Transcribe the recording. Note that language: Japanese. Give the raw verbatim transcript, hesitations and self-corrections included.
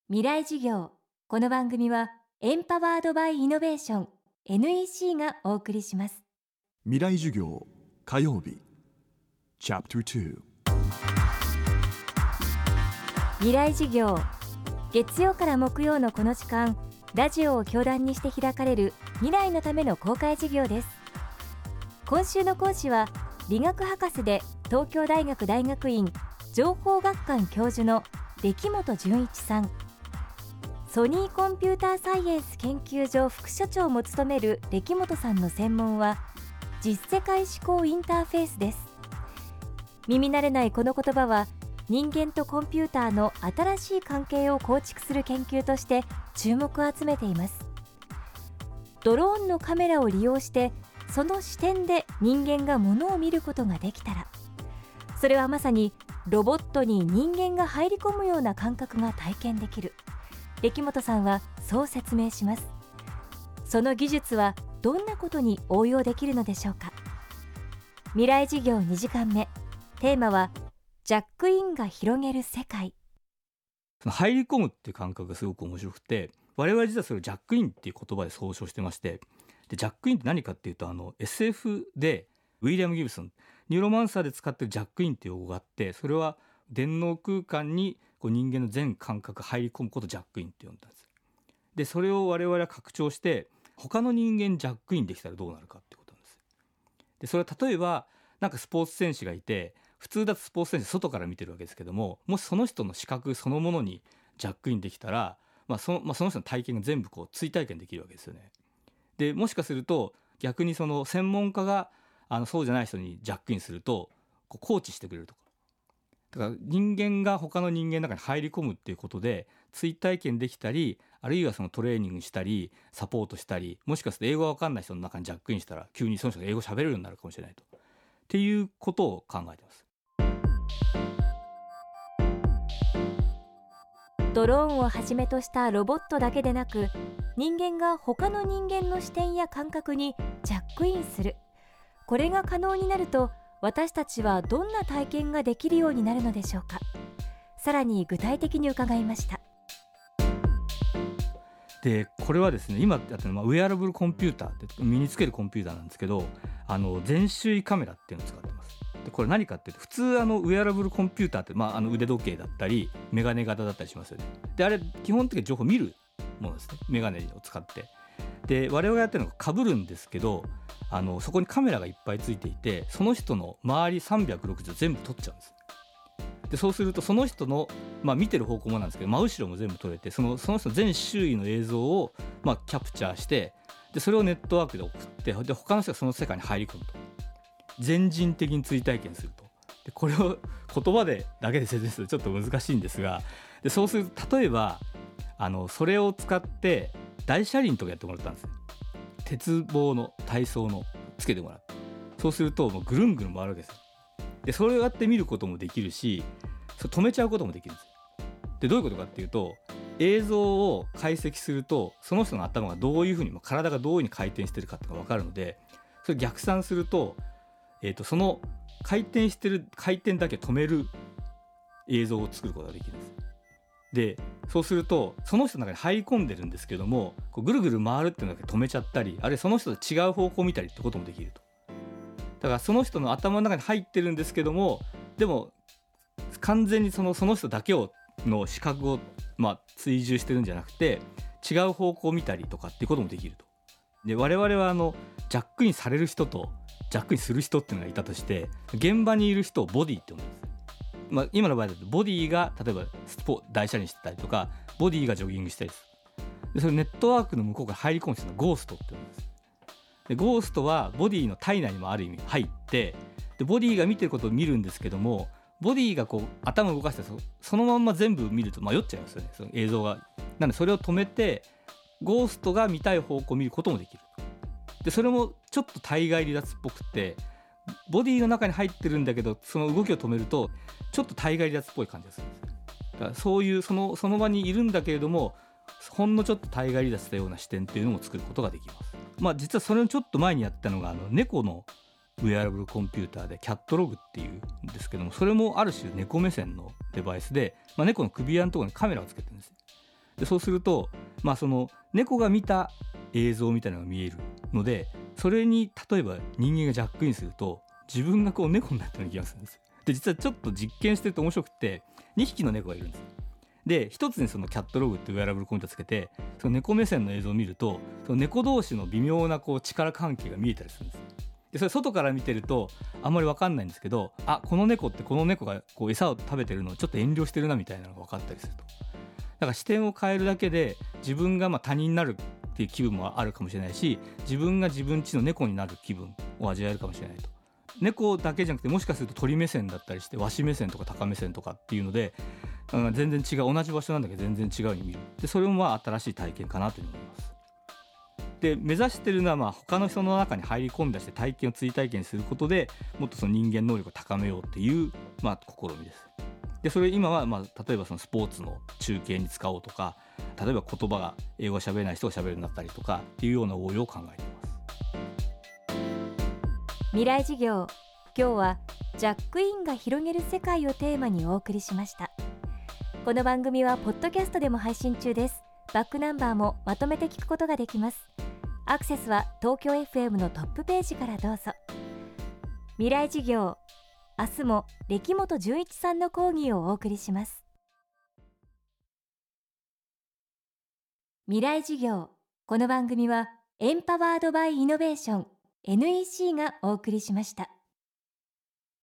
未来授業。この番組はエンパワードバイイノベーション エヌイーシー がお送りします。 未来授業火曜日チャプターに。 未来授業。月曜から木曜のこの時間、ラジオを教壇にして開かれる未来のための公開授業です。今週の講師は理学博士で東京大学大学院情報学館教授の歴本純一さん、ソニーコンピューターサイエンス研究所副所長も務める歴本さんの専門は実世界思考インターフェースです。耳慣れないこの言葉は人間とコンピューターの新しい関係を構築する研究として注目を集めています。ドローンのカメラを利用してその視点で人間が物を見ることができたら、それはまさにロボットに人間が入り込むような感覚が体験できる。歴本さんはそう説明します。その技術はどんなことに応用できるのでしょうか。未来授業にじかんめ、テーマはジャックインが広げる世界。 入り込むっていう感覚がすごく面白くて、我々実はそれをジャックインっていう言葉で総称してまして、でジャックインって何かっていうと、あの エスエフ でウィリアム・ギブソンニューロマンサーで使ってるジャックインっていう用語があって、それは電脳空間にこう人間の全感覚入り込むことをジャックインって呼んだんです。でそれを我々は拡張して他の人間ジャックインできたらどうなるかってことなんです。でそれは例えばなんかスポーツ選手がいて、普通だとスポーツ選手外から見てるわけですけども、もしその人の視覚そのものにジャックインできたら、まあ そのまあ、その人の体験が全部こう追体験できるわけですよね。でもしかすると逆にその専門家があのそうじゃない人にジャックインするとこうコーチしてくれるとか、だから人間が他の人間の中に入り込むっていうことで追体験できたり、あるいはそのトレーニングしたりサポートしたり、もしかすると英語が分かんない人の中にジャックインしたら急にその人が英語喋れるようになるかもしれないとっていうことを考えてます。 ドローンをはじめとしたロボットだけでなく、人間が他の人間の視点や感覚にジャックインする。これが可能になると、私たちはどんな体験ができるようになるのでしょうか。さらに具体的に伺いました。 でこれはですね、今やってるのはウェアラブルコンピューターって身につけるコンピューターなんですけど、あの全周囲カメラっていうのを使ってます。でこれ何かっていうと、普通あのウェアラブルコンピューターって、まあ、あの腕時計だったりメガネ型だったりしますよね。であれ基本的に情報を見るものですね、メガネを使って。で我々がやってるのが被るんですけど、あのそこにカメラがいっぱいついていて、その人の周りさんびゃくろくじゅう全部撮っちゃうんです。でそうするとその人の、まあ、見てる方向もなんですけど真後ろも全部撮れて、そのその人の全周囲の映像を、まあ、キャプチャーして、でそれをネットワークで送って、で他の人がその世界に入り込むと、全人的に追体験すると。でこれを言葉でだけで説明するとちょっと難しいんですが、でそうすると例えばあのそれを使って大車輪とかやってもらったんです。鉄棒の体操のつけてもらって、そうするともうぐるんぐるん回るわけです。でそれをやって見ることもできるし、それ止めちゃうこともできるんです。でどういうことかっていうと、映像を解析するとその人の頭がどういうふうに、体がどういうふうに回転してるかっていうのが分かるので、それ逆算すると、えーとその回転してる回転だけ止める映像を作ることができるんです。でそうするとその人の中に入り込んでるんですけども、こうぐるぐる回るっていうのだけ止めちゃったり、あるいはその人と違う方向を見たりってこともできると。だからその人の頭の中に入ってるんですけども、でも完全にそのその人だけをの視覚を、まあ、追従してるんじゃなくて、違う方向を見たりとかっていうこともできると。で我々はあのジャックインされる人とジャックインする人っていうのがいたとして、現場にいる人をボディって呼ぶんです。まあ、今の場合だとボディが例えばスポ台車にしてたりとか、ボディがジョギングしたりする。でそれネットワークの向こうから入り込む人のゴーストって言うんです。でゴーストはボディの体内にもある意味入って、でボディが見てることを見るんですけども、ボディがこう頭を動かして そ, そのまんま全部見ると迷っちゃいますよね、その映像が。なのでそれを止めてゴーストが見たい方向を見ることもできる。でそれもちょっと対外離脱っぽくて、ボディの中に入ってるんだけどその動きを止めるとちょっと対外離脱っぽい感じがするんです。だからそういうその、その場にいるんだけれども、ほんのちょっと対外離脱したような視点っていうのも作ることができます。まあ実はそれのちょっと前にやったのがあの猫のウェアラブルコンピューターでキャットログっていうんですけども、それもある種猫目線のデバイスで、まあ、猫の首輪のところにカメラをつけてるんです。 でそうすると、まあ、その猫が見た映像みたいなのが見えるので、それに例えば人間がジャックインすると自分がこう猫になったような気がするんです。で実はちょっと実験してると面白くて、にひきの猫がいるんです。で一つにそのキャットログってウェアラブルコンピューターつけて、その猫目線の映像を見ると、その猫同士の微妙なこう力関係が見えたりするんです。でそれ外から見てるとあんまり分かんないんですけど、あこの猫ってこの猫がこう餌を食べてるのをちょっと遠慮してるなみたいなのが分かったりすると。だから視点を変えるだけで自分がまあ他人になるっていう気分もあるかもしれないし、自分が自分家の猫になる気分を味わえるかもしれないと。猫だけじゃなくて、もしかすると鳥目線だったりして、ワシ目線とかタカ目線とかっていうので、全然違う、同じ場所なんだけど全然違うように見る。でそれもまあ新しい体験かなというふうに思います。で目指しているのは、まあ他の人の中に入り込んだして体験を追体験することで、もっとその人間能力を高めようっていう、まあ、試みです。でそれ今は、まあ、例えばそのスポーツの中継に使おうとか、例えば言葉が英語が喋れない人が喋るようになったりとかっていうような応用を考えています。 未来事業、今日はジャックインが広げる世界をテーマにお送りしました。この番組はポッドキャストでも配信中です。バックナンバーもまとめて聞くことができます。アクセスは東京 エフエム のトップページからどうぞ。未来事業、明日も歴本純一さんの講義をお送りします。未来事業、この番組はエンパワードバイイノベーション エヌイーシー がお送りしました。